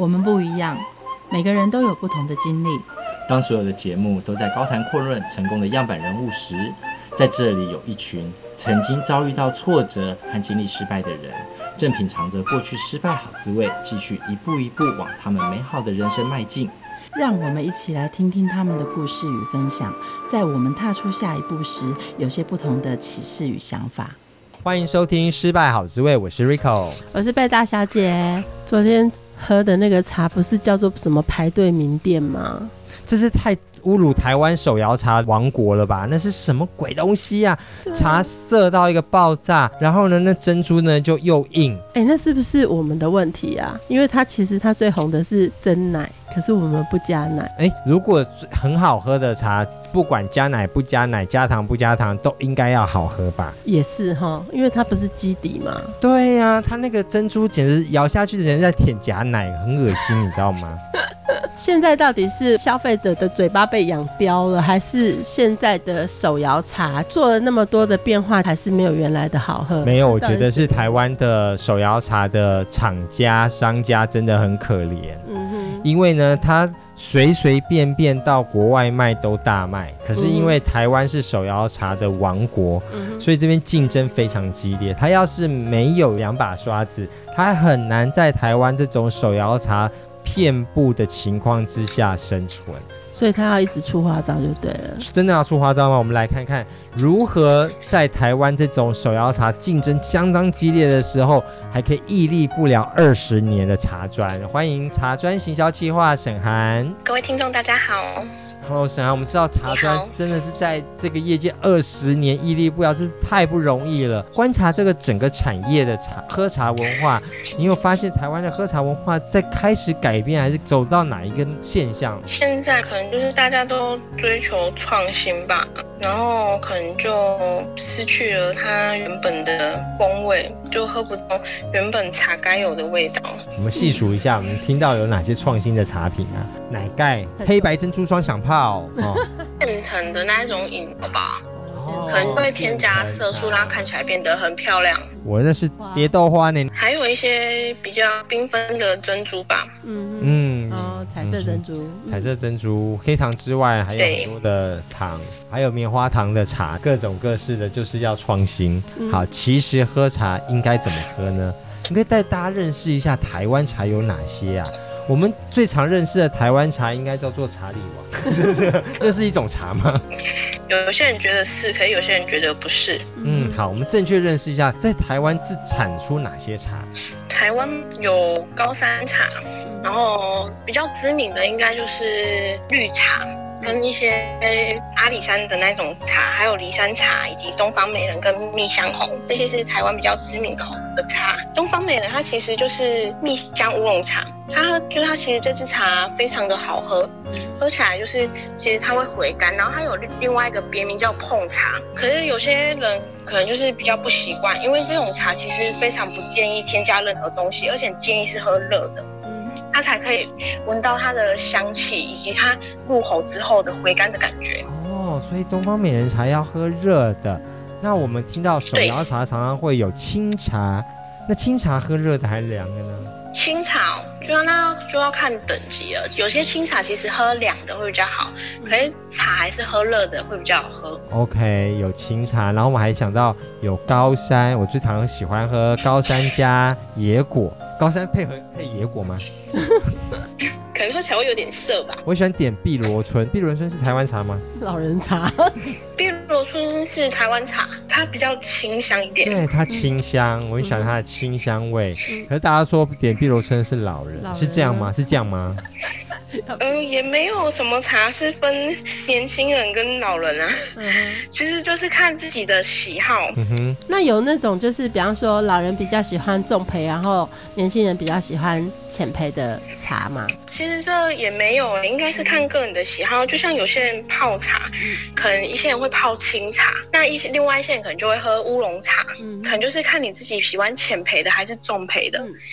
我们不一样，每个人都有不同的经历。 当所有的节目都在高谈阔论成功的样板人物时，在这里有一群曾经遭遇到挫折和经历失败的人，正品尝着过去失败好滋味，继续一步一步往他们美好的人生迈进。 让我们一起来听听他们的故事与分享，在我们踏出下一步时，有些不同的启示与想法。 欢迎收听失败好滋味，我是 Rico， 我是贝大小姐。 昨天喝的那个茶不是叫做什么排队名店吗？ 这是太侮辱台湾手摇茶王国了吧？那是什么鬼东西啊？茶色到一个爆炸，然后呢，那珍珠呢就又硬。 那是不是我们的问题啊？因为其实它最红的是真奶，可是我们不加奶。 如果很好喝的茶，不管加奶不加奶，加糖不加糖，都应该要好喝吧？ 也是哈，因为它不是基底嘛。 对呀，它那个珍珠简直咬下去的人在舔假奶，很恶心，你知道吗？ 现在到底是消费者的嘴巴被养刁了，还是现在的手摇茶做了那么多的变化，还是没有原来的好喝？ 没有，我觉得是台湾的手摇茶的厂家商家真的很可怜。因为呢，他随随便便到国外卖都大卖，可是因为台湾是手摇茶的王国，所以这边竞争非常激烈。他要是没有两把刷子，他很难在台湾这种手摇茶遍布的情况之下生存， 所以他要一直出花招就对了。 真的要出花招吗？我们来看看如何在台湾这种手摇茶竞争相当激烈的时候，还可以屹立不了20年的茶专。欢迎茶专行销企划沈涵。 各位听众大家好。 Hello， 沈涵，我们知道茶专真的是在这个业界20年屹立不了，这太不容易了。观察这个整个产业的喝茶文化，你有发现台湾的喝茶文化在开始改变，还是走到哪一个现象？ 现在可能就是大家都追求创新吧，然后可能就失去了它原本的风味，就喝不到原本茶该有的味道。 我们细数一下，我们听到有哪些创新的茶品啊？奶盖、黑白珍珠双响炮， 变成的那一种饮料吧，可能会添加色素，让它看起来变得很漂亮。 我那是蝶豆花呢。 还有一些比较缤纷的珍珠吧。 彩色珍珠， 彩色珍珠，黑糖之外还有很多的糖，还有棉花糖的茶，各种各式的，就是要创新。好，其实喝茶应该怎么喝呢？你可以带大家认识一下台湾茶有哪些啊？我们最常认识的台湾茶应该叫做茶里王，是不是？那是一种茶吗？ 有些人觉得是，可是有些人觉得不是。 好，我们正确认识一下，在台湾是产出哪些茶？ 台湾有高山茶，然后比较知名的应该就是绿茶，跟一些阿里山的那种茶，还有梨山茶，以及东方美人跟蜜香红，这些是台湾比较知名的茶。东方美人它其实就是蜜香乌龙茶，它其实这支茶非常的好喝，喝起来就是其实它会回甘，然后它有另外一个别名叫碰茶，可是有些人可能就是比较不习惯，因为这种茶其实非常不建议添加任何东西，而且建议是喝热的。它才可以闻到它的香气，以及它入口之后的回甘的感觉。 所以东方美人茶要喝热的。那我们听到手摇茶常常会有清茶，那清茶喝热的还是凉的呢？ 清茶就要看等级了，有些清茶其实喝凉的会比较好，可是茶还是喝热的会比较好喝。 OK， 有清茶，然后我们还想到有高山，我最常喜欢喝高山加野果，高山配野果吗？ 可能喝起来会有点涩吧。 我喜欢点碧螺春，碧螺春是台湾茶吗？ 老人茶。 碧螺春是台湾茶，它比较清香一点。 对，它清香，我很喜欢它的清香味。可是大家说点碧螺春是老人，是这样吗？是这样吗？ 也没有什么茶是分年轻人跟老人啊，其实就是看自己的喜好。 那有那种就是比方说老人比较喜欢重焙，然后年轻人比较喜欢浅焙的茶吗？ 其实这也没有，应该是看个人的喜好。就像有些人泡茶，可能一些人会泡清茶，那另外一些人可能就会喝乌龙茶，可能就是看你自己喜欢浅焙的还是重焙的。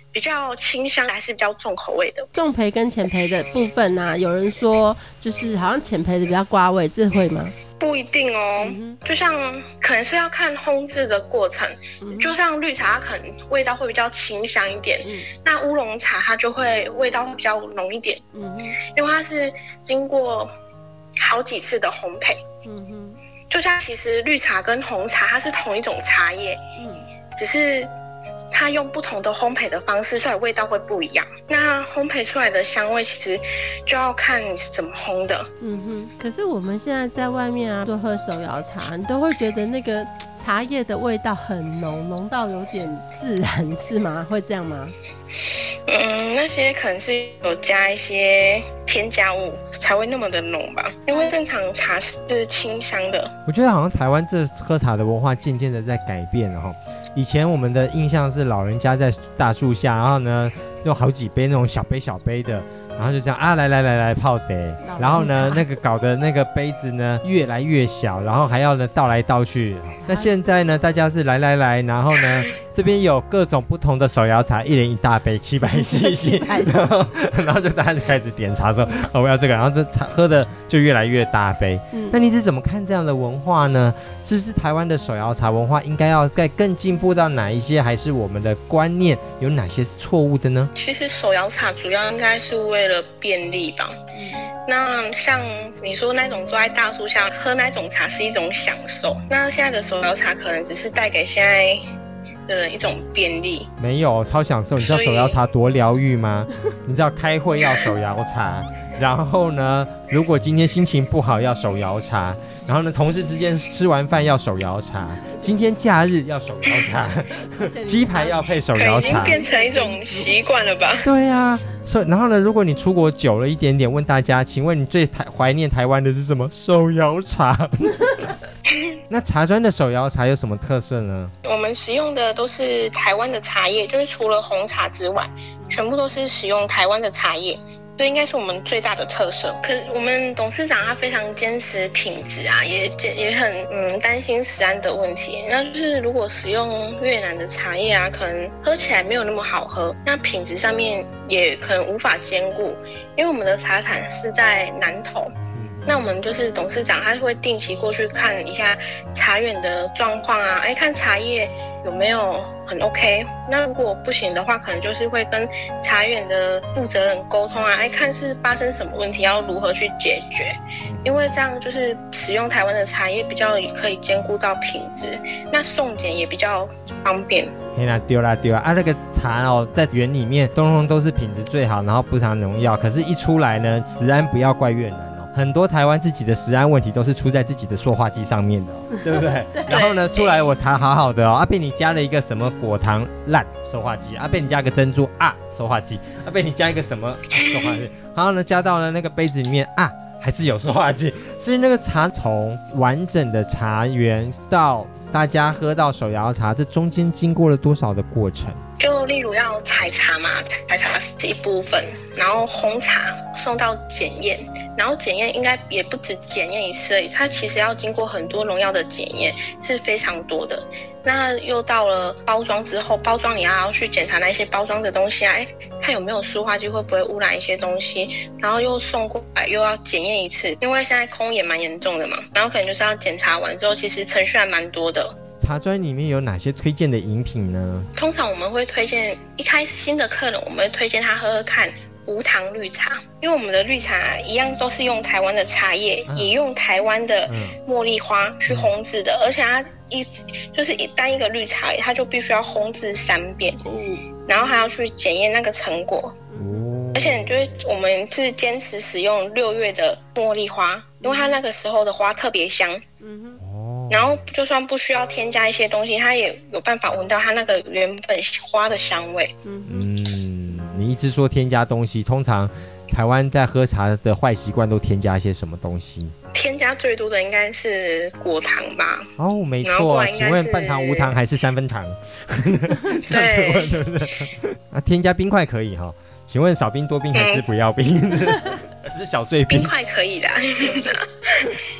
比较清香还是比较重口味的。 重培跟浅培的部分啊，有人说就是好像浅培的比较刮味，这会吗？ 不一定哦，就像可能是要看烘制的过程，就像绿茶它可能味道会比较清香一点，那乌龙茶它就会味道会比较浓一点，因为它是经过好几次的烘焙，就像其实绿茶跟红茶它是同一种茶叶，只是它用不同的烘焙的方式，所以味道会不一样。那烘焙出来的香味其实就要看你是怎么烘的。 可是我们现在在外面啊，多喝手摇茶，你都会觉得那个茶叶的味道很浓，浓到有点自然，是吗？会这样吗？ 那些可能是有加一些添加物才会那么的浓吧，因为正常茶是清香的。 我觉得好像台湾这喝茶的文化渐渐的在改变了哈。以前我们的印象是老人家在大树下，然后呢用好几杯那种小杯小杯的，然后就这样啊来泡得，然后呢那个搞的那个杯子呢越来越小，然后还要呢倒来倒去。那现在呢大家是来，然后呢这边有各种不同的手摇茶，一人一大杯700cc，然后就大家就开始点茶说我要这个，然后这茶喝的就越来越大杯。那你是怎么看这样的文化呢？是不是台湾的手摇茶文化应该要再更进步到哪一些，还是我们的观念有哪些是错误的呢？ 其实手摇茶主要应该是为了便利吧。那像你说那种坐在大树下喝那种茶是一种享受，那现在的手摇茶可能只是带给现在的人一种便利。 没有，超享受。你知道手摇茶多疗愈吗？你知道开会要手摇茶，然后呢如果今天心情不好要手摇茶，然后呢同事之间吃完饭要手摇茶，今天假日要手摇茶，鸡排要配手摇茶， 已经变成一种习惯了吧？ 对啊，然后呢如果你出国久了一点点，问大家请问你最怀念台湾的是什么？手摇茶。那茶专的手摇茶有什么特色呢？ 我们使用的都是台湾的茶叶，就是除了红茶之外全部都是使用台湾的茶叶，这应该是我们最大的特色。可是我们董事长他非常坚持品质啊，也很担心食安的问题。那就是如果使用越南的茶叶啊，可能喝起来没有那么好喝，那品质上面也可能无法兼顾，因为我们的茶产是在南投。那我们就是董事长他会定期过去看一下茶园的状况啊，看茶叶有没有很 OK。那如果不行的话，可能就是会跟茶园的负责人沟通啊，看是发生什么问题，要如何去解决。因为这样就是使用台湾的茶叶比较可以兼顾到品质，那送检也比较方便。 对啦那个茶在园里面通通都是品质最好，然后不含农药，可是一出来呢食安不要怪越南。很多台湾自己的食安问题都是出在自己的塑化剂上面的对不对？然后呢出来我茶好好的被你加了一个什么果糖烂塑化剂被你加个珍珠塑化剂被你加一个什么塑化剂，然后呢加到了那个杯子里面还是有塑化剂。所以那个茶从完整的茶园到大家喝到手摇茶，这中间经过了多少的过程？ 就例如要采茶嘛，采茶是一部分，然后烘茶送到检验，然后检验应该也不止检验一次而已，它其实要经过很多农药的检验，是非常多的。那又到了包装之后，包装你要去检查那些包装的东西看有没有塑化剂，会不会污染一些东西，然后又送过来又要检验一次，因为现在空也蛮严重的嘛，然后可能就是要检查完之后，其实程序还蛮多的。 茶专里面有哪些推荐的饮品呢？ 通常我们会推荐一开始新的客人，我们会推荐他喝喝看无糖绿茶，因为我们的绿茶一样都是用台湾的茶叶，也用台湾的茉莉花去烘制的，而且它就是单一个绿茶，它就必须要烘制3遍，然后还要去检验那个成果。而且就是我们是坚持使用6月的茉莉花，因为它那个时候的花特别香。然后就算不需要添加一些东西，它也有办法闻到它那个原本花的香味。 你一直说添加东西，通常台湾在喝茶的坏习惯都添加一些什么东西？添加最多的应该是果糖吧？ 没错。请问半糖、无糖还是3分糖？这样子问对不对？添加冰块可以哈？请问少冰多冰还是不要冰？是小碎冰？ 冰块可以的。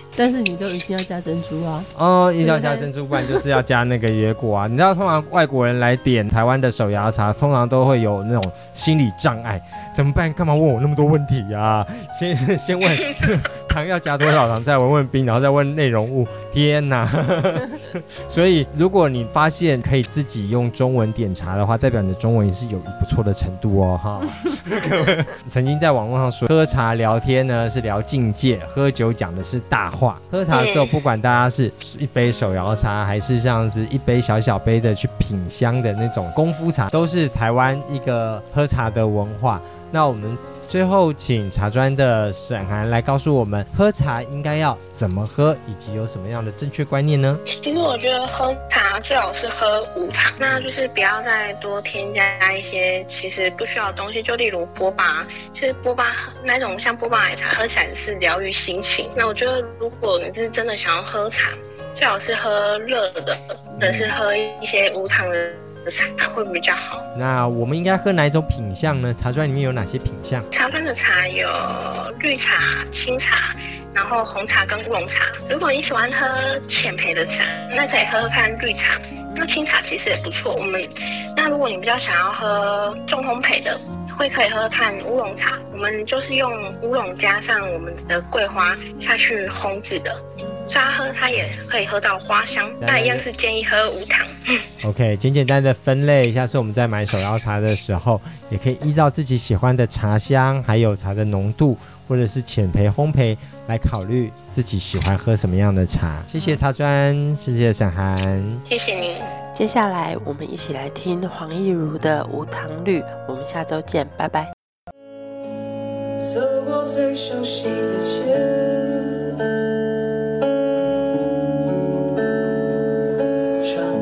但是你都一定要加珍珠啊。 哦，一定要加珍珠，不然就是要加那个野果啊。你知道，通常外国人来点台湾的手摇茶，通常都会有那种心理障碍，怎么办？干嘛问我那么多问题啊？先问糖要加多少糖，再问冰，然后再问内容物。天哪！所以如果你发现可以自己用中文点茶的话，代表你的中文也是有不错的程度哦，哈。曾经在网络上说，喝茶聊天呢是聊境界，喝酒讲的是大话。喝茶的时候，不管大家是一杯手摇茶，还是像是一杯小小杯的去品香的那种功夫茶，都是台湾一个喝茶的文化。那我们最后请茶专的沈涵来告诉我们，喝茶应该要怎么喝，以及有什么样的正确观念呢？ 其实我觉得喝茶最好是喝无糖，那就是不要再多添加一些其实不需要的东西，就例如波霸，其实波霸那种像波霸奶茶喝起来是疗愈心情。那我觉得如果你是真的想要喝茶，最好是喝热的，或者是喝一些无糖的茶会比较好。 那我们应该喝哪一种品项呢？茶专里面有哪些品项？ 茶专的茶有绿茶、清茶，然后红茶跟乌龙茶。如果你喜欢喝浅焙的茶，那可以喝喝看绿茶。那清茶其实也不错。那如果你比较想要喝重烘焙的，可以喝看乌龙茶。我们就是用乌龙加上我们的桂花下去烘制的。沙喝它也可以喝到花香，那一样是建议喝无糖。 OK， 简单的分类，下次我们在买手摇茶的时候，也可以依照自己喜欢的茶香，还有茶的浓度，或者是浅焙、烘焙来考虑自己喜欢喝什么样的茶。谢谢茶专，谢谢沈涵， 谢谢你。 接下来我们一起来听黄义儒的无糖绿，我们下周见，拜拜。 走过最熟悉的街，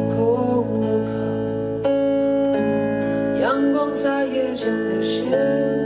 阳光在夜间流泻。